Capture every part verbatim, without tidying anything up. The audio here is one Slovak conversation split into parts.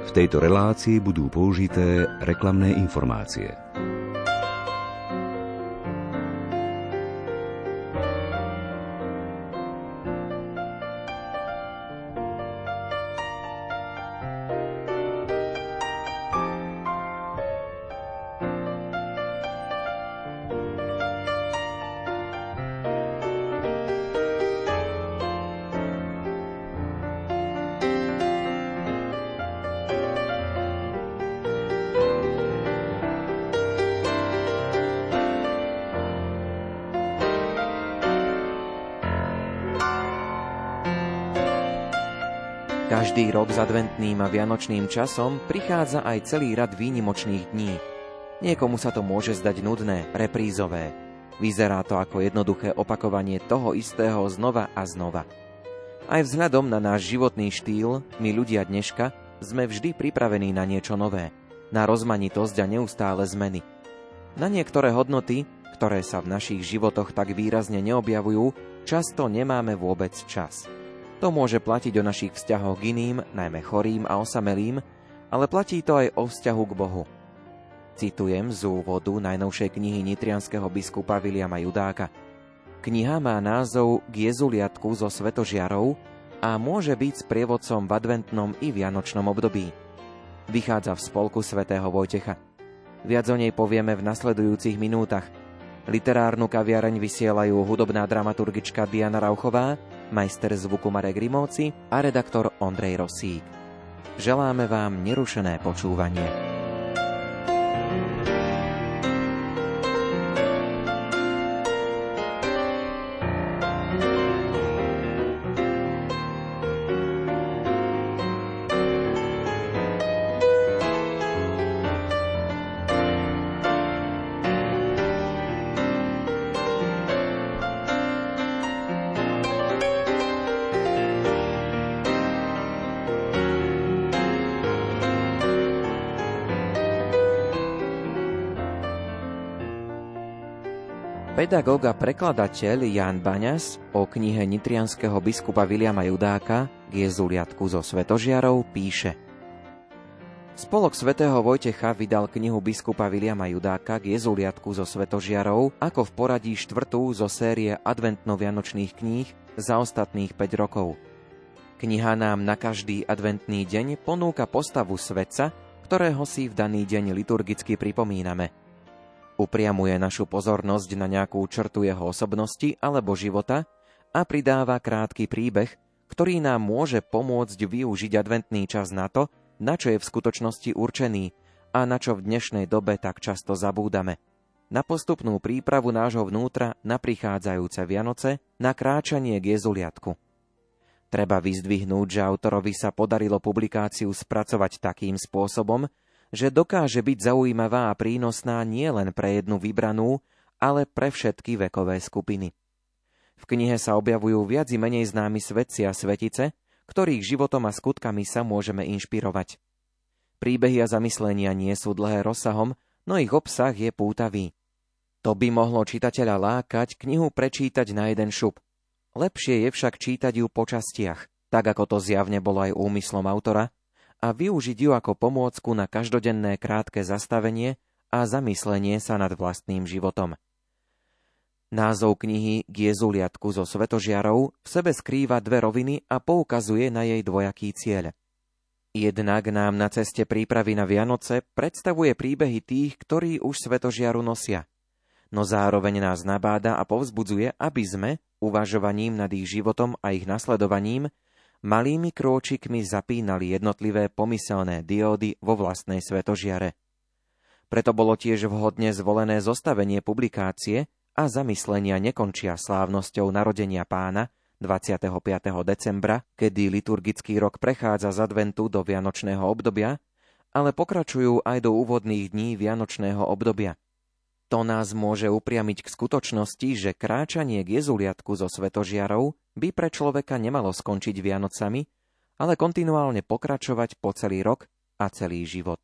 V tejto relácii budú použité reklamné informácie. Každý rok s adventným a vianočným časom prichádza aj celý rad výnimočných dní. Niekomu sa to môže zdať nudné, reprízové. Vyzerá to ako jednoduché opakovanie toho istého znova a znova. Aj vzhľadom na náš životný štýl, my ľudia dneška, sme vždy pripravení na niečo nové, na rozmanitosť a neustále zmeny. Na niektoré hodnoty, ktoré sa v našich životoch tak výrazne neobjavujú, často nemáme vôbec čas. To môže platiť o našich vzťahoch k iným, najmä chorým a osamelým, ale platí to aj o vzťahu k Bohu. Citujem z úvodu najnovšej knihy nitrianskeho biskupa Viliama Judáka. Kniha má názov K jezuliatku zo Svetožiarov a môže byť sprievodcom v adventnom i vianočnom období. Vychádza v spolku svätého Vojtecha. Viac o nej povieme v nasledujúcich minútach. Literárnu kaviareň vysielajú hudobná dramaturgička Diana Rauchová, majster zvuku Marek Rimóci a redaktor Ondrej Rosík. Želáme vám nerušené počúvanie. Pedagóg a prekladateľ Ján Baňas o knihe nitrianskeho biskupa Viliama Judáka K jezuliatku zo Svetožiarov píše: Spolok svätého Vojtecha vydal knihu biskupa Viliama Judáka K jezuliatku zo Svetožiarov ako v poradí štvrtú zo série adventno-vianočných kníh za ostatných päť rokov. Kniha nám na každý adventný deň ponúka postavu svetca, ktorého si v daný deň liturgicky pripomíname. Upriamuje našu pozornosť na nejakú črtu jeho osobnosti alebo života a pridáva krátky príbeh, ktorý nám môže pomôcť využiť adventný čas na to, na čo je v skutočnosti určený a na čo v dnešnej dobe tak často zabúdame. Na postupnú prípravu nášho vnútra na prichádzajúce Vianoce, na kráčanie k jezuliatku. Treba vyzdvihnúť, že autorovi sa podarilo publikáciu spracovať takým spôsobom, že dokáže byť zaujímavá a prínosná nie len pre jednu vybranú, ale pre všetky vekové skupiny. V knihe sa objavujú viac i menej známi svetci a svetice, ktorých životom a skutkami sa môžeme inšpirovať. Príbehy a zamyslenia nie sú dlhé rozsahom, no ich obsah je pútavý. To by mohlo čitateľa lákať knihu prečítať na jeden šup. Lepšie je však čítať ju po častiach, tak ako to zjavne bolo aj úmyslom autora, a využiť ju ako pomôcku na každodenné krátke zastavenie a zamyslenie sa nad vlastným životom. Názov knihy K jezuliatku zo Svetožiarov v sebe skrýva dve roviny a poukazuje na jej dvojaký cieľ. Jednak nám na ceste prípravy na Vianoce predstavuje príbehy tých, ktorí už Svetožiaru nosia, no zároveň nás nabáda a povzbudzuje, aby sme, uvažovaním nad ich životom a ich nasledovaním, malými krôčikmi zapínali jednotlivé pomyselné diódy vo vlastnej svetožiare. Preto bolo tiež vhodne zvolené zostavenie publikácie a zamyslenia nekončia slávnosťou narodenia Pána dvadsiateho piateho decembra, kedy liturgický rok prechádza z adventu do vianočného obdobia, ale pokračujú aj do úvodných dní vianočného obdobia. To nás môže upriamiť k skutočnosti, že kráčanie k jezuliatku zo Svetožiarov by pre človeka nemalo skončiť Vianocami, ale kontinuálne pokračovať po celý rok a celý život.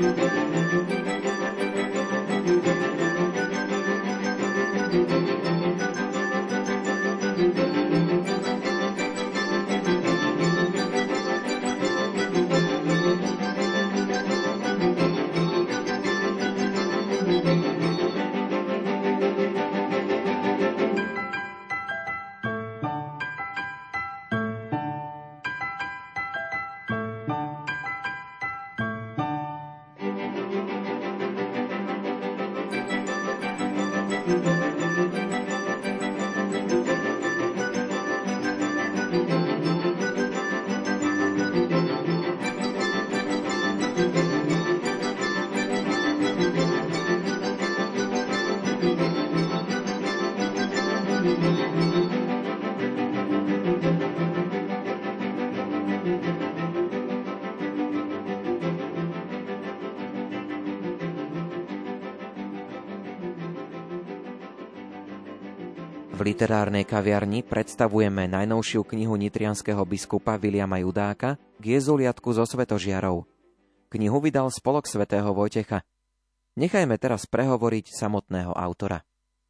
V literárnej kaviarni predstavujeme najnovšiu knihu nitrianskeho biskupa Viliama Judáka K jezuliatku zo Svetožiarov. Knihu vydal Spolok svätého Vojtecha. Nechajme teraz prehovoriť samotného autora.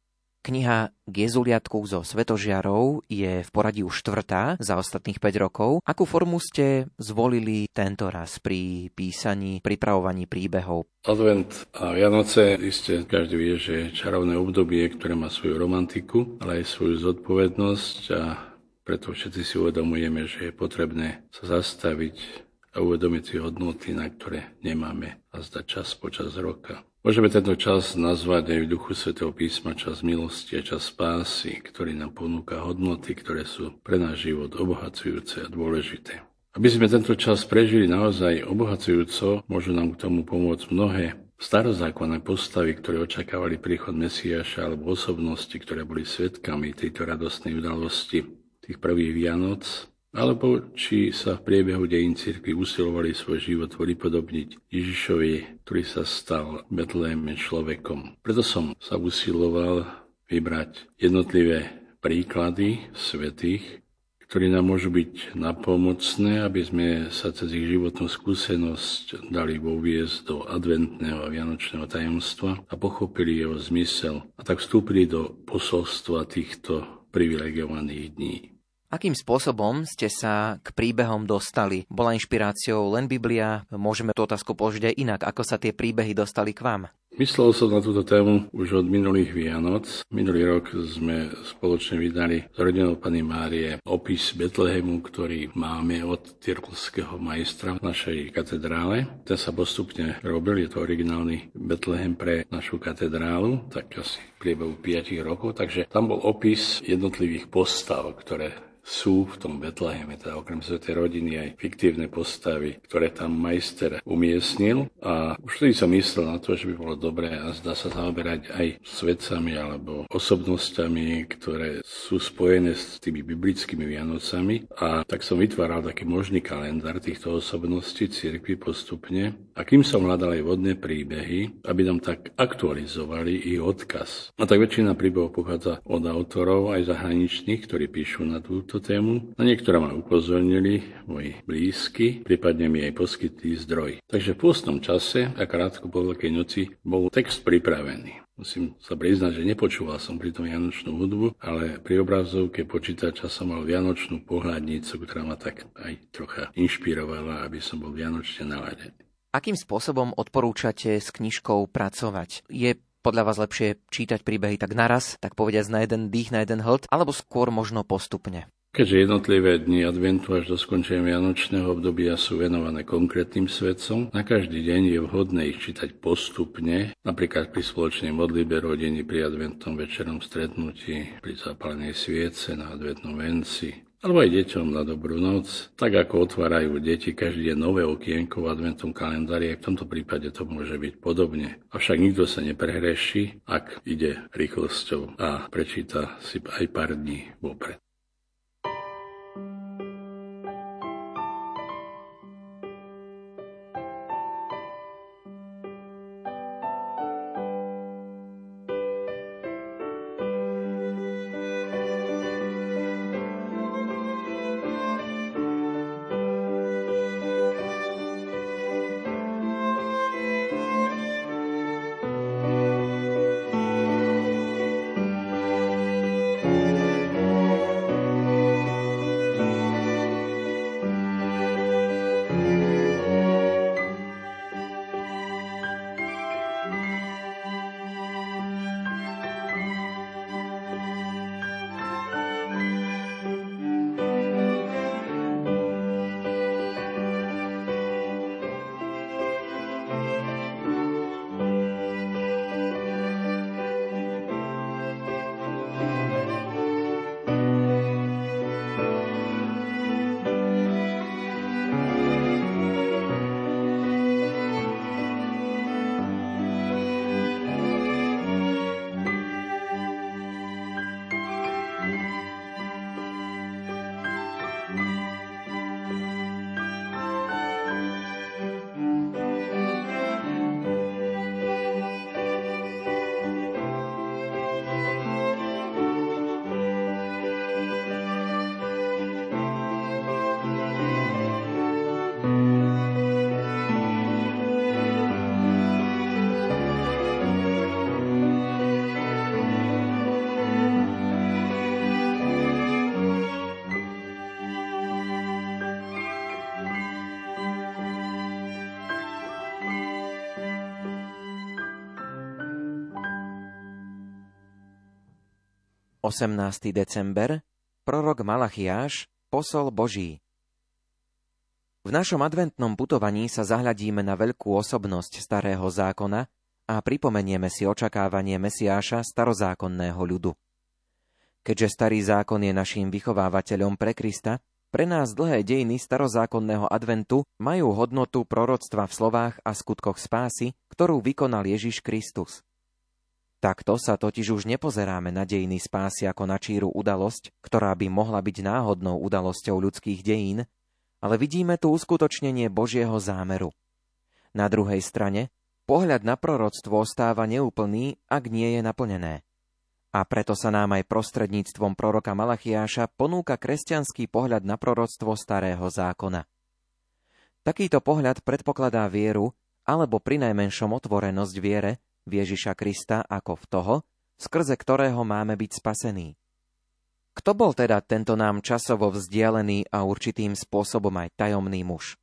Kniha K jezuliatku zo Svetožiarov je v poradí už štvrtá za ostatných päť rokov. Akú formu ste zvolili tento raz pri písaní, pripravovaní príbehov? Advent a Vianoce, iste každý vie, že je čarovné obdobie, ktoré má svoju romantiku, ale aj svoju zodpovednosť a preto všetci si uvedomujeme, že je potrebné sa zastaviť a uvedomiť si hodnoty, na ktoré nemáme a zdať čas počas roka. Môžeme tento čas nazvať aj v duchu Svätého písma čas milosti a čas spásy, ktorý nám ponúka hodnoty, ktoré sú pre náš život obohacujúce a dôležité. Aby sme tento čas prežili naozaj obohacujúco, môžu nám k tomu pomôcť mnohé starozákonné postavy, ktoré očakávali príchod Mesiáša, alebo osobnosti, ktoré boli svedkami tejto radostnej udalosti tých prvých Vianoc, alebo či sa v priebehu dejín cirkvi usilovali svoj život pripodobniť Ježišovi, ktorý sa stal Betléme človekom. Preto som sa usiloval vybrať jednotlivé príklady svätých, ktorí nám môžu byť napomocné, aby sme sa cez ich životnú skúsenosť dali voviesť do adventného a vianočného tajomstva a pochopili jeho zmysel a tak vstúpili do posolstva týchto privilegovaných dní. Akým spôsobom ste sa k príbehom dostali? Bola inšpiráciou len Biblia? Môžeme tú otázku položiť aj inak. Ako sa tie príbehy dostali k vám? Myslel som na túto tému už od minulých Vianoc. Minulý rok sme spoločne vydali s rodinou Panny Márie opis Betlehemu, ktorý máme od tyrolského majstra v našej katedrále. Ten sa postupne robil, je to originálny Betlehem pre našu katedrálu, tak asi v priebehu piatich rokov. Takže tam bol opis jednotlivých postav, ktoré sú v tom Betleheme, teda okrem svätej rodiny aj fiktívne postavy, ktoré tam majster umiestnil. A už vtedy som myslel na to, že by bolo dobré a zdá sa zaoberať aj svedcami alebo osobnostiami, ktoré sú spojené s tými biblickými Vianocami. A tak som vytváral taký možný kalendár týchto osobností cirkvi postupne. A kým som hľadal aj vodné príbehy, aby nám tak aktualizovali ich odkaz. A tak väčšina príbehov pochádza od autorov aj zahraničných, ktorí píšu na túto tému. Na niektoré ma upozornili moji blízky, prípadne mi aj poskytli zdroj. Takže v pôstnom čase a krátko po Veľkej noci bol text pripravený. Musím sa priznať, že nepočúval som pri tom vianočnú hudbu, ale pri obrazovke počítača som mal vianočnú pohľadnicu, ktorá ma tak aj trocha inšpirovala, aby som bol vianočne naladený. Akým spôsobom odporúčate s knižkou pracovať? Je podľa vás lepšie čítať príbehy tak naraz, tak povediať na jeden dých, na jeden hĺd, alebo skôr možno postupne? Keďže jednotlivé dni adventu až do skončenia vianočného obdobia sú venované konkrétnym svedcom, na každý deň je vhodné ich čítať postupne, napríklad pri spoločnej modlitbe rodiny, pri adventnom večernom stretnutí, pri zapálenej sviece na adventnom venci, alebo aj deťom na dobrú noc, tak ako otvárajú deti každý deň nové okienko v adventnom kalendári, aj v tomto prípade to môže byť podobne. Avšak nikto sa neprehreší, ak ide rýchlosťou a prečíta si aj pár dní vopred. osemnásteho december, prorok Malachiáš, posol Boží. V našom adventnom putovaní sa zahľadíme na veľkú osobnosť Starého zákona a pripomenieme si očakávanie Mesiáša starozákonného ľudu. Keďže Starý zákon je naším vychovávateľom pre Krista, pre nás dlhé dejiny starozákonného adventu majú hodnotu proroctva v slovách a skutkoch spásy, ktorú vykonal Ježiš Kristus. Takto sa totiž už nepozeráme na dejiny spásy ako na číru udalosť, ktorá by mohla byť náhodnou udalosťou ľudských dejín, ale vidíme tu uskutočnenie Božieho zámeru. Na druhej strane, pohľad na proroctvo ostáva neúplný, ak nie je naplnené. A preto sa nám aj prostredníctvom proroka Malachiáša ponúka kresťanský pohľad na proroctvo Starého zákona. Takýto pohľad predpokladá vieru, alebo prinajmenšom otvorenosť viere, v Ježiša Krista ako v toho, skrze ktorého máme byť spasení. Kto bol teda tento nám časovo vzdialený a určitým spôsobom aj tajomný muž?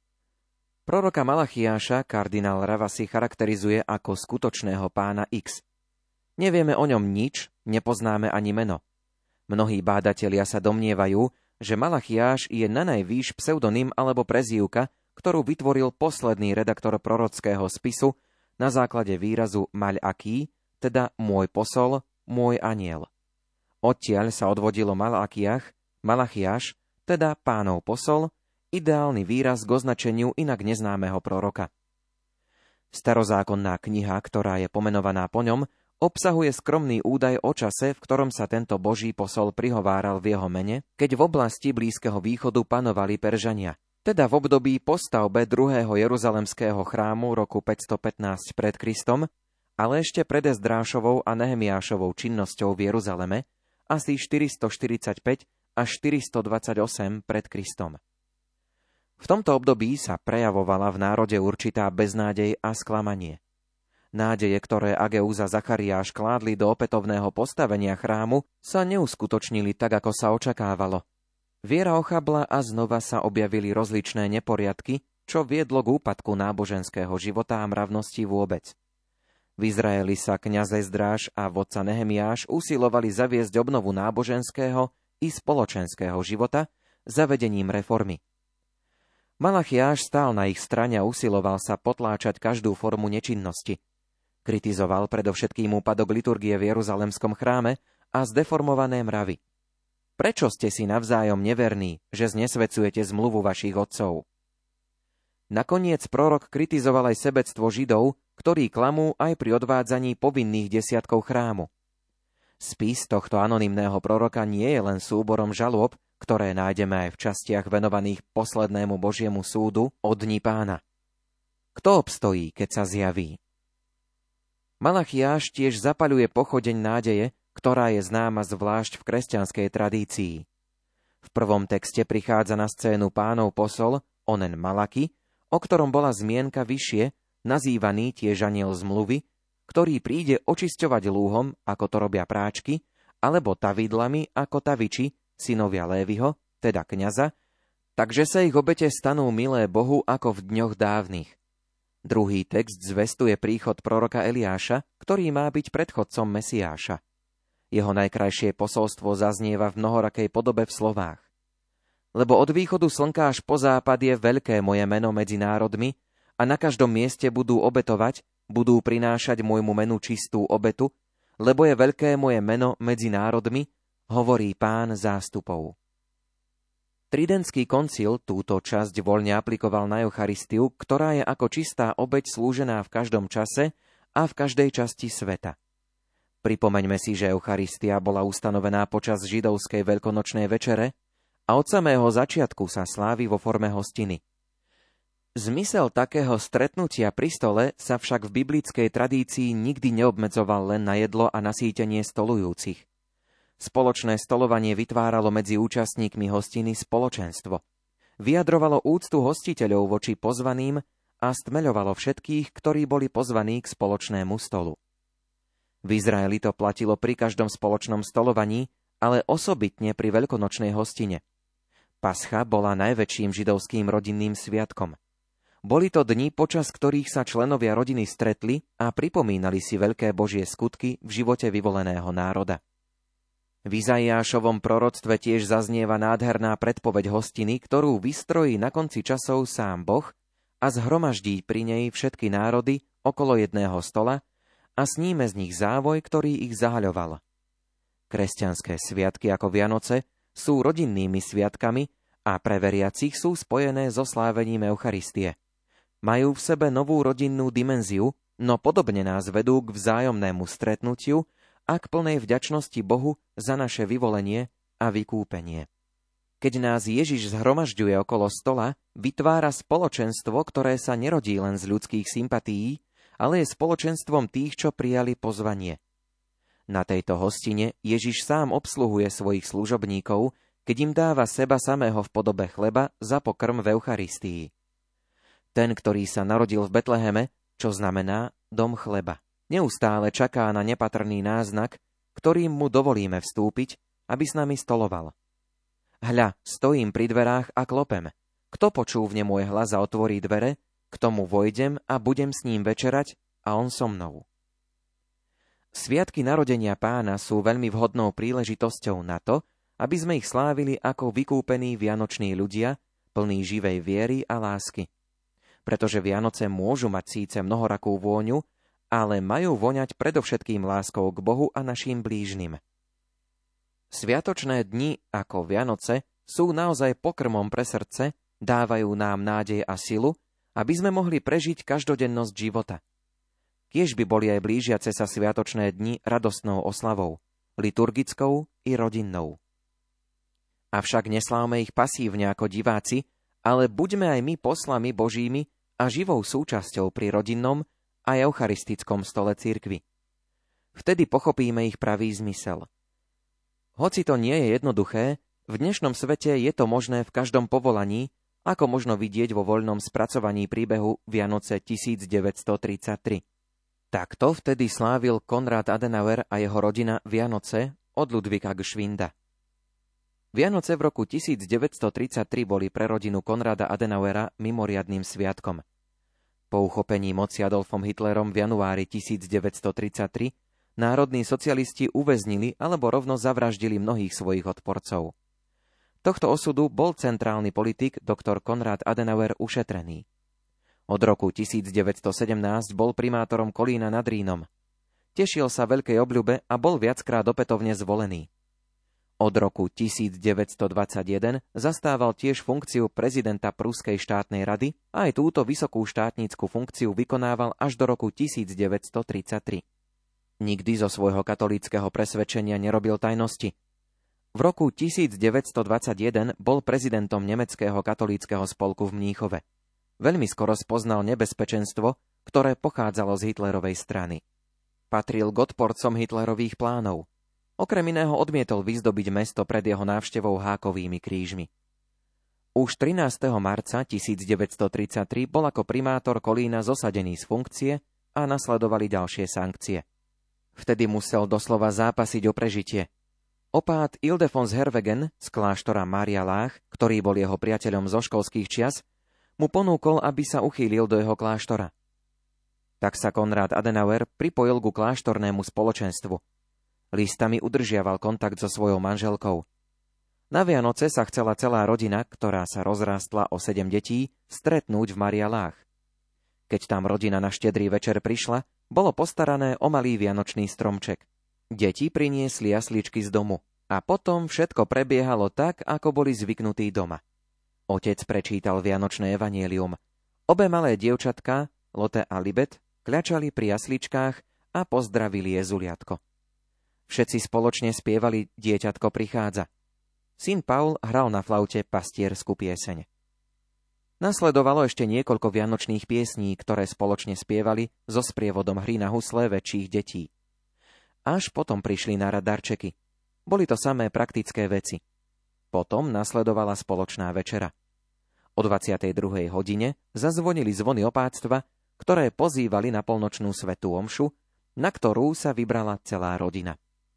Proroka Malachiáša kardinál Ravasi charakterizuje ako skutočného pána X. Nevieme o ňom nič, nepoznáme ani meno. Mnohí bádatelia sa domnievajú, že Malachiáš je nanajvýš pseudonym alebo prezývka, ktorú vytvoril posledný redaktor prorockého spisu na základe výrazu Maľaký, teda môj posol, môj aniel. Odtiaľ sa odvodilo Malakiach, Malachiáš, teda pánov posol, ideálny výraz k označeniu inak neznámeho proroka. Starozákonná kniha, ktorá je pomenovaná po ňom, obsahuje skromný údaj o čase, v ktorom sa tento Boží posol prihováral v jeho mene, keď v oblasti Blízkeho východu panovali Peržania, teda v období po stavbe druhého Jeruzalemského chrámu roku päťstopätnásť pred Kristom, ale ešte pred Ezdrášovou a Nehemiášovou činnosťou v Jeruzaleme, asi štyristoštyridsaťpäť až štyristodvadsaťosem pred Kristom. V tomto období sa prejavovala v národe určitá beznádej a sklamanie. Nádeje, ktoré Ageus a Zachariáš kládli do opätovného postavenia chrámu, sa neuskutočnili tak, ako sa očakávalo. Viera ochabla a znova sa objavili rozličné neporiadky, čo viedlo k úpadku náboženského života a mravnosti vôbec. V Izraeli sa kňaz Ezdráš a vodca Nehemiáš usilovali zaviesť obnovu náboženského i spoločenského života zavedením reformy. Malachiáš stál na ich strane a usiloval sa potláčať každú formu nečinnosti. Kritizoval predovšetkým úpadok liturgie v Jeruzalemskom chráme a zdeformované mravy. Prečo ste si navzájom neverní, že znesvecujete zmluvu vašich otcov? Nakoniec prorok kritizoval aj sebectvo Židov, ktorí klamú aj pri odvádzaní povinných desiatkov chrámu. Spis tohto anonymného proroka nie je len súborom žalôb, ktoré nájdeme aj v častiach venovaných poslednému Božiemu súdu od dní Pána. Kto obstojí, keď sa zjaví? Malachiáš tiež zapaľuje pochodeň nádeje, ktorá je známa zvlášť v kresťanskej tradícii. V prvom texte prichádza na scénu pánov posol, onen Malaki, o ktorom bola zmienka vyššie, nazývaný tiež aniel zmluvy, ktorý príde očisťovať lúhom, ako to robia práčky, alebo tavidlami, ako taviči, synovia Léviho, teda kňaza, takže sa ich obete stanú milé Bohu ako v dňoch dávnych. Druhý text zvestuje príchod proroka Eliáša, ktorý má byť predchodcom Mesiáša. Jeho najkrajšie posolstvo zaznieva v mnohorakej podobe v slovách. Lebo od východu slnka až po západ je veľké moje meno medzi národmi a na každom mieste budú obetovať, budú prinášať môjmu menu čistú obetu, lebo je veľké moje meno medzi národmi, hovorí Pán zástupov. Tridentský koncil túto časť voľne aplikoval na Eucharistiu, ktorá je ako čistá obeť slúžená v každom čase a v každej časti sveta. Pripomeňme si, že Eucharistia bola ustanovená počas židovskej veľkonočnej večere a od samého začiatku sa slávi vo forme hostiny. Zmysel takého stretnutia pri stole sa však v biblickej tradícii nikdy neobmedzoval len na jedlo a nasýtenie stolujúcich. Spoločné stolovanie vytváralo medzi účastníkmi hostiny spoločenstvo. Vyjadrovalo úctu hostiteľov voči pozvaným a stmeľovalo všetkých, ktorí boli pozvaní k spoločnému stolu. V Izraeli to platilo pri každom spoločnom stolovaní, ale osobitne pri veľkonočnej hostine. Pascha bola najväčším židovským rodinným sviatkom. Boli to dni, počas ktorých sa členovia rodiny stretli a pripomínali si veľké Božie skutky v živote vyvoleného národa. V Izaiášovom proroctve tiež zaznieva nádherná predpoveď hostiny, ktorú vystrojí na konci časov sám Boh a zhromaždí pri nej všetky národy okolo jedného stola a sníme z nich závoj, ktorý ich zahaľoval. Kresťanské sviatky ako Vianoce sú rodinnými sviatkami a pre veriacich sú spojené so slávením Eucharistie. Majú v sebe novú rodinnú dimenziu, no podobne nás vedú k vzájomnému stretnutiu a k plnej vďačnosti Bohu za naše vyvolenie a vykúpenie. Keď nás Ježiš zhromažďuje okolo stola, vytvára spoločenstvo, ktoré sa nerodí len z ľudských sympatií, ale je spoločenstvom tých, čo prijali pozvanie. Na tejto hostine Ježiš sám obsluhuje svojich služobníkov, keď im dáva seba samého v podobe chleba za pokrm v Eucharistii. Ten, ktorý sa narodil v Betleheme, čo znamená dom chleba, neustále čaká na nepatrný náznak, ktorým mu dovolíme vstúpiť, aby s nami stoloval. Hľa, stojím pri dverách a klopem. Kto počúvne môj hlas a otvorí dvere, k tomu vojdem a budem s ním večerať a on so mnou. Sviatky narodenia Pána sú veľmi vhodnou príležitosťou na to, aby sme ich slávili ako vykúpení vianoční ľudia, plní živej viery a lásky. Pretože Vianoce môžu mať síce mnohorakú vôňu, ale majú voňať predovšetkým láskou k Bohu a našim blížnym. Sviatočné dni ako Vianoce sú naozaj pokrmom pre srdce, dávajú nám nádej a silu, aby sme mohli prežiť každodennosť života. Kiež by boli aj blížiace sa sviatočné dni radostnou oslavou, liturgickou i rodinnou. Avšak neslávme ich pasívne ako diváci, ale buďme aj my poslami Božími a živou súčasťou pri rodinnom a eucharistickom stole cirkvi. Vtedy pochopíme ich pravý zmysel. Hoci to nie je jednoduché, v dnešnom svete je to možné v každom povolaní, ako možno vidieť vo voľnom spracovaní príbehu Vianoce tisícdeväťstotridsaťtri. Takto vtedy slávil Konrad Adenauer a jeho rodina Vianoce od Ludvíka Gschwinda. Vianoce v roku tisícdeväťstotridsaťtri boli pre rodinu Konrada Adenauera mimoriadnym sviatkom. Po uchopení moci Adolfom Hitlerom v januári tisícdeväťstotridsaťtri národní socialisti uväznili alebo rovno zavraždili mnohých svojich odporcov. Tohto osudu bol centrálny politik doktor Konrad Adenauer ušetrený. Od roku tisícdeväťstosedemnásť bol primátorom Kolína nad Rínom. Tešil sa veľkej obľube a bol viackrát opätovne zvolený. Od roku tisícdeväťstodvadsaťjeden zastával tiež funkciu prezidenta Pruskej štátnej rady a aj túto vysokú štátnickú funkciu vykonával až do roku tisícdeväťstotridsaťtri. Nikdy zo svojho katolíckeho presvedčenia nerobil tajnosti. V roku tisícdeväťstodvadsaťjeden bol prezidentom nemeckého katolíckeho spolku v Mníchove. Veľmi skoro spoznal nebezpečenstvo, ktoré pochádzalo z Hitlerovej strany. Patril k odporcom Hitlerových plánov. Okrem iného odmietol vyzdobiť mesto pred jeho návštevou hákovými krížmi. Už trinásteho marca tisícdeväťstotridsaťtri bol ako primátor Kolína zosadený z funkcie a nasledovali ďalšie sankcie. Vtedy musel doslova zápasiť o prežitie. Opát Ildefons Hervegen z kláštora Mária Lách, ktorý bol jeho priateľom zo školských čias, mu ponúkol, aby sa uchýlil do jeho kláštora. Tak sa Konrad Adenauer pripojil ku kláštornému spoločenstvu. Listami udržiaval kontakt so svojou manželkou. Na Vianoce sa chcela celá rodina, ktorá sa rozrástla o sedem detí, stretnúť v Mária Lách. Keď tam rodina na štedrý večer prišla, bolo postarané o malý vianočný stromček. Deti priniesli jasličky z domu a potom všetko prebiehalo tak, ako boli zvyknutí doma. Otec prečítal vianočné evanjelium. Obe malé dievčatká, Lotte a Libet, kľačali pri jasličkách a pozdravili Jezuliatko. Všetci spoločne spievali Dieťatko prichádza. Syn Paul hral na flaute pastierskú pieseň. Nasledovalo ešte niekoľko vianočných piesní, ktoré spoločne spievali so sprievodom hry na husle väčších detí. Až potom prišli na rad darčeky. Boli to samé praktické veci. Potom nasledovala spoločná večera. O dvadsiatej druhej hodine zazvonili zvony opáctva, ktoré pozývali na polnočnú svätú omšu, na ktorú sa vybrala celá rodina.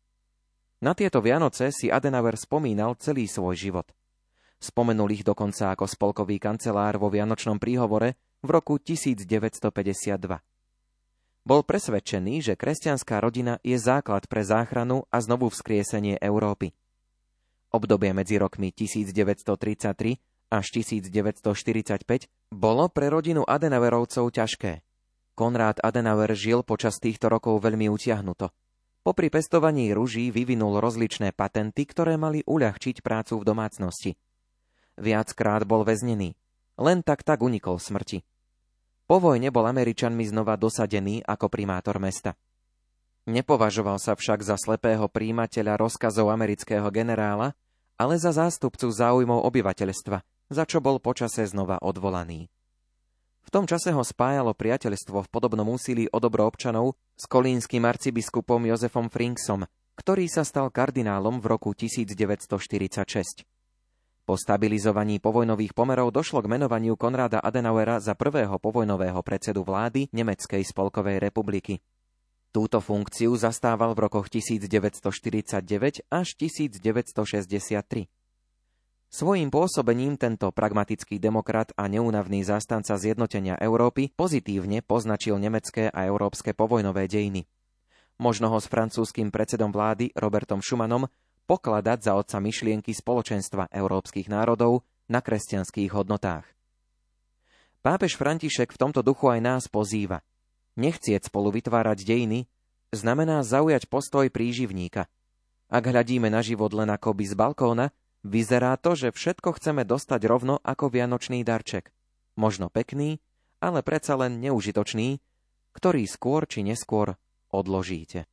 Na tieto Vianoce si Adenauer spomínal celý svoj život. Spomenul ich dokonca ako spolkový kancelár vo vianočnom príhovore v roku tisícdeväťstopäťdesiatdva. Bol presvedčený, že kresťanská rodina je základ pre záchranu a znovu vzkriesenie Európy. Obdobie medzi rokmi tisícdeväťstotridsaťtri až tisícdeväťstoštyridsaťpäť bolo pre rodinu Adenauerovcov ťažké. Konrád Adenauer žil počas týchto rokov veľmi utiahnuto. Popri pestovaní ruží vyvinul rozličné patenty, ktoré mali uľahčiť prácu v domácnosti. Viackrát bol väznený. Len tak tak unikol smrti. Po vojne bol Američanmi znova dosadený ako primátor mesta. Nepovažoval sa však za slepého prijímateľa rozkazov amerického generála, ale za zástupcu záujmov obyvateľstva, za čo bol počase znova odvolaný. V tom čase ho spájalo priateľstvo v podobnom úsilí o dobro občanov s kolínskym arcibiskupom Jozefom Frinksom, ktorý sa stal kardinálom v roku tisícdeväťstoštyridsaťšesť. Po stabilizovaní povojnových pomerov došlo k menovaniu Konráda Adenauera za prvého povojnového predsedu vlády Nemeckej spolkovej republiky. Túto funkciu zastával v rokoch tisícdeväťstoštyridsaťdeväť až tisícdeväťstošesťdesiattri. Svojím pôsobením tento pragmatický demokrat a neúnavný zástanca zjednotenia Európy pozitívne poznačil nemecké a európske povojnové dejiny. Možno ho s francúzskym predsedom vlády Robertom Schumanom pokladať za otca myšlienky spoločenstva európskych národov na kresťanských hodnotách. Pápež František v tomto duchu aj nás pozýva. Nechcieť spolu vytvárať dejiny znamená zaujať postoj príživníka. Ak hľadíme na život len akoby z balkóna, vyzerá to, že všetko chceme dostať rovno ako vianočný darček. Možno pekný, ale predsa len neužitočný, ktorý skôr či neskôr odložíte.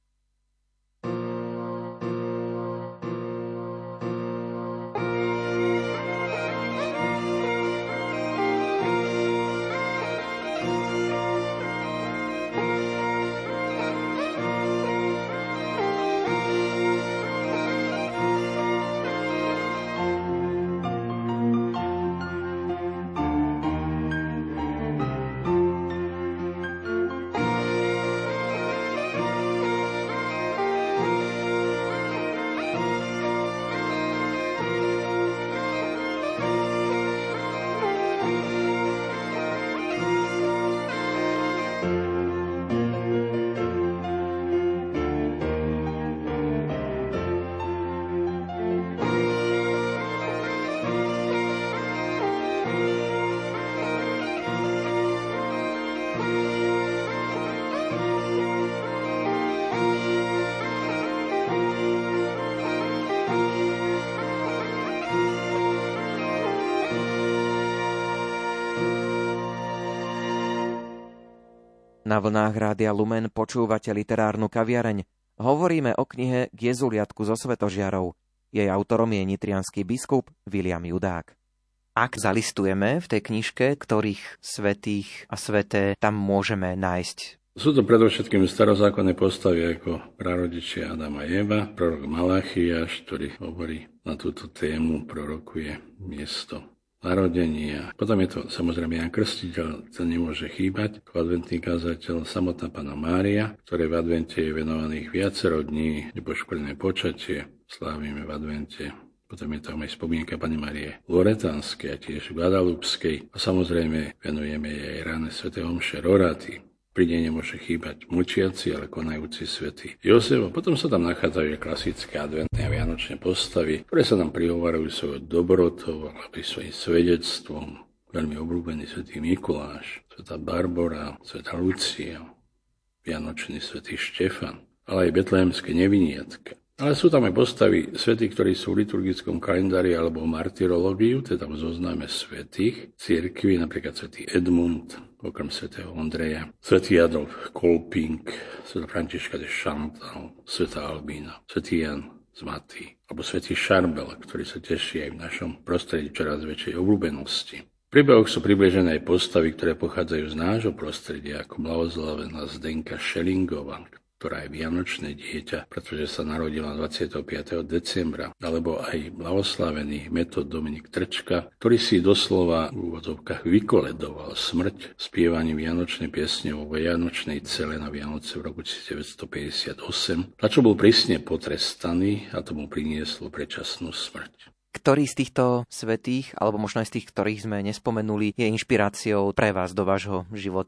Na vlnách Rádia Lumen počúvate literárnu kaviareň. Hovoríme o knihe K jezuliatku zo Svetožiarov. Jej autorom je nitriansky biskup Viliam Judák. Ak zalistujeme v tej knižke, ktorých svätých a sväté tam môžeme nájsť? Sú to predovšetkým starozákonné postavy ako prarodičia Adam a Eva, prorok Malachiáš, ktorý hovorí na túto tému, prorokuje miesto narodenia. Potom je to samozrejme Ján Krstiteľ, ten nemôže chýbať, ako adventný kazateľ, samotná Panna Mária, ktorej v advente je venovaných viacero dní, nepoškvrnené počatie, slávime v advente. Potom je tam aj spomienka Panny Márie Loretánskej a tiež Guadalupskej a samozrejme venujeme jej ráne svätého omše Roraty. Pri nej nemôže chýbať mlčiaci, ale konajúci svätý Jozef. Potom sa tam nachádzajú klasické adventné a vianočné postavy, ktoré sa nám prihovárajú svojou dobrotou alebo svojím svedectvom. Veľmi obľúbený svätý Mikuláš, svätá Barbora, svätá Lucia, vianočný svätý Štefan, ale aj betlehemské neviniatka. Ale sú tam aj postavy svätých, ktorí sú v liturgickom kalendári alebo martyrológiu, teda v zozname svätých cirkvi, napríklad svätý Edmund, okrem svätého Ondreja, svätý Adolf Kolping, svätá Františka de Chantal, svätá Albína, svätý Jan z Maty, alebo svätý Šarbel, ktorý sa teší aj v našom prostredí čoraz väčšej obľúbenosti. V príbehoch sú približené aj postavy, ktoré pochádzajú z nášho prostredia, ako blahoslavená Zdenka Šelingová, ktorá je vianočné dieťa, pretože sa narodila dvadsiateho piateho decembra, alebo aj blahoslavený Metod Dominik Trčka, ktorý si doslova v úvodzovkách vykoledoval smrť spievaním vianočnej piesne vo vianočnej cele na Vianoce v roku devätnásťstopäťdesiatosem, za čo bol prísne potrestaný a tomu prinieslo predčasnú smrť. Ktorý z týchto svätých, alebo možno aj z tých, ktorých sme nespomenuli, je inšpiráciou pre vás do vášho života?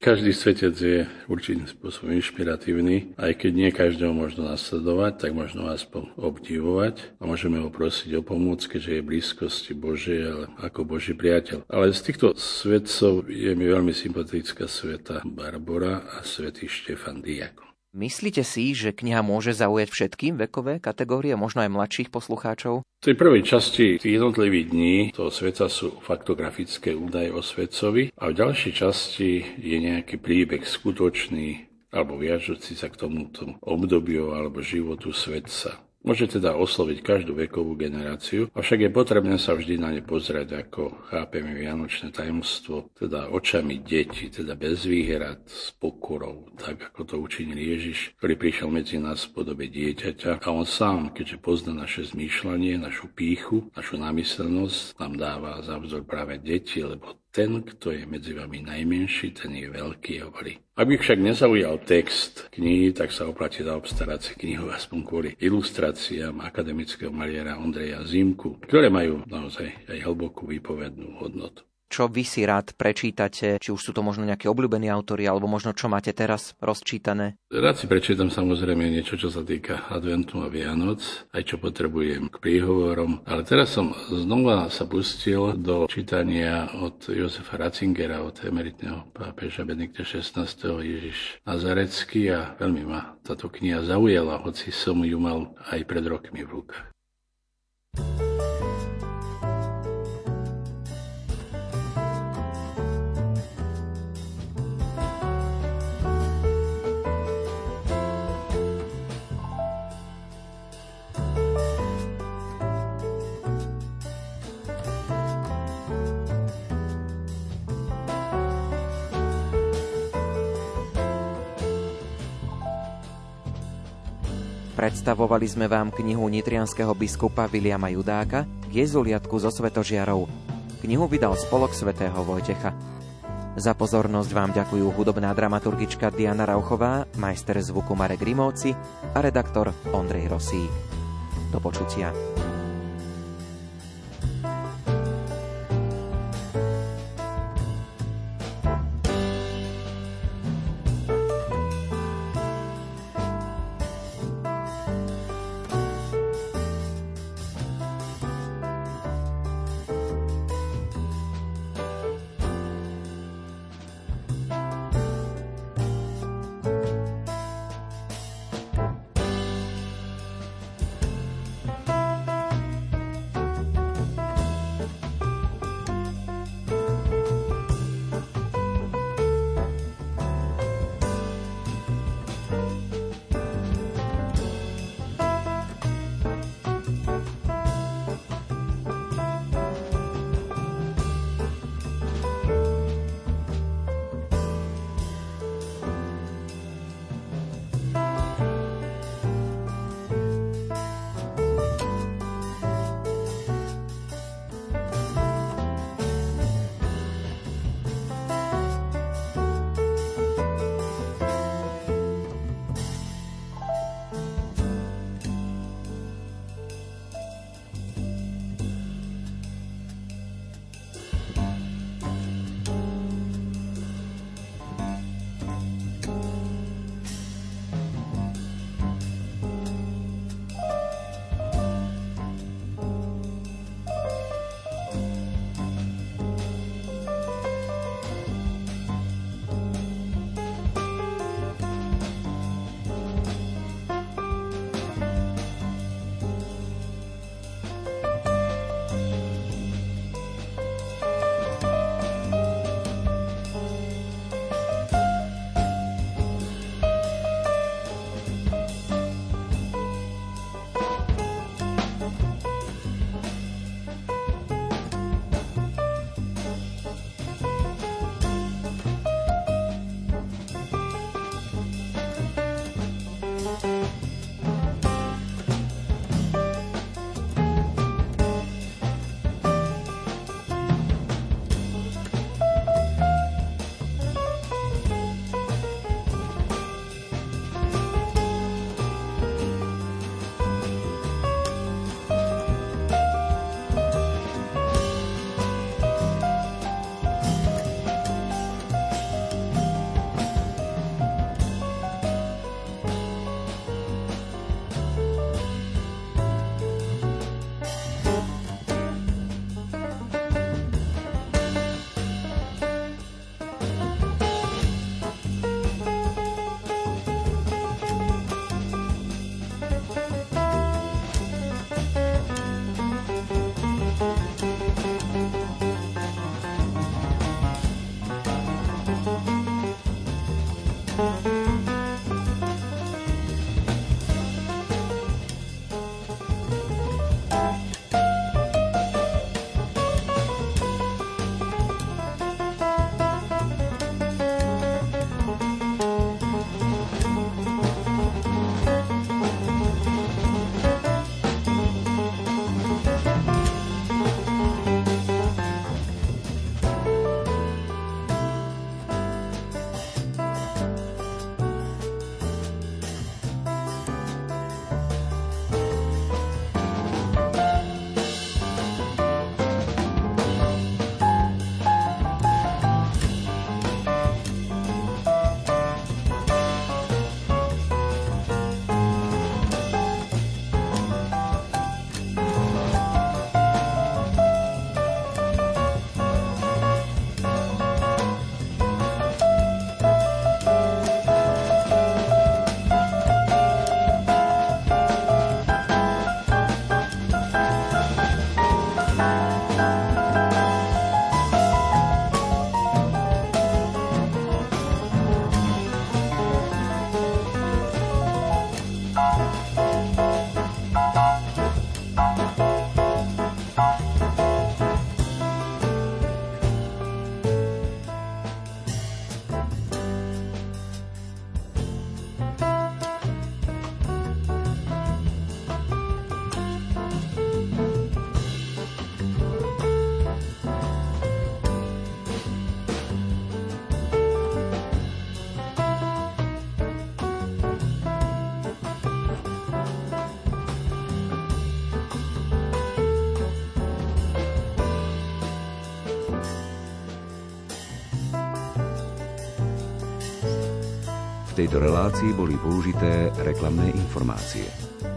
Každý svetec je určitým spôsobom inšpiratívny, aj keď nie každého možno nasledovať, tak možno aspoň obdivovať a môžeme ho prosiť o pomoc, keďže je blízkosti Božej, ale ako Boží priateľ. Ale z týchto svetcov je mi veľmi sympatická sveta Barbora a svätý Štefan Diakon. Myslíte si, že kniha môže zaujať všetkým vekové kategórie, možno aj mladších poslucháčov? V tej prvej časti tých jednotlivých dní toho sveta sú faktografické údaje o svetcovi a v ďalšej časti je nejaký príbeh skutočný alebo viažúci sa k tomuto obdobiu alebo životu svetca. Môže teda osloviť každú vekovú generáciu, avšak je potrebné sa vždy na ne pozrieť, ako chápeme vianočné tajomstvo, teda očami detí, teda bez výhrad, s pokorou, tak ako to učinil Ježiš, ktorý prišiel medzi nás v podobe dieťaťa a on sám, keďže pozná naše zmýšľanie, našu pýchu, našu námyselnosť, nám dáva za vzor práve deti, lebo ten, kto je medzi vami najmenší, ten je veľký, hovorí. Ak by však nezaujal text knihy, tak sa oplatí zaobstarať si knihu aspoň kvôli ilustráciám akademického maliara Ondreja Zimku, ktoré majú naozaj aj hlbokú výpovednú hodnotu. Čo vy si rád prečítate, či už sú to možno nejakí obľúbení autori, alebo možno čo máte teraz rozčítané? Rád si prečítam samozrejme niečo, čo sa týka adventu a Vianoc, aj čo potrebujem k príhovorom, ale teraz som znova sa pustil do čítania od Jozefa Ratzingera, od emeritného pápeža Benedikta šestnásteho. Ježiš Nazarecký a veľmi ma táto kniha zaujala, hoci som ju mal aj pred rokmi v rukách. Predstavovali sme vám knihu nitrianskeho biskupa Viliama Judáka k jezuliatku zo Svetožiarov. Knihu vydal Spolok svätého Vojtecha. Za pozornosť vám ďakujú hudobná dramaturgička Diana Rauchová, majster zvuku Marek Rimovci a redaktor Ondrej Rosík. Do počutia. tejto relácii boli použité reklamné informácie.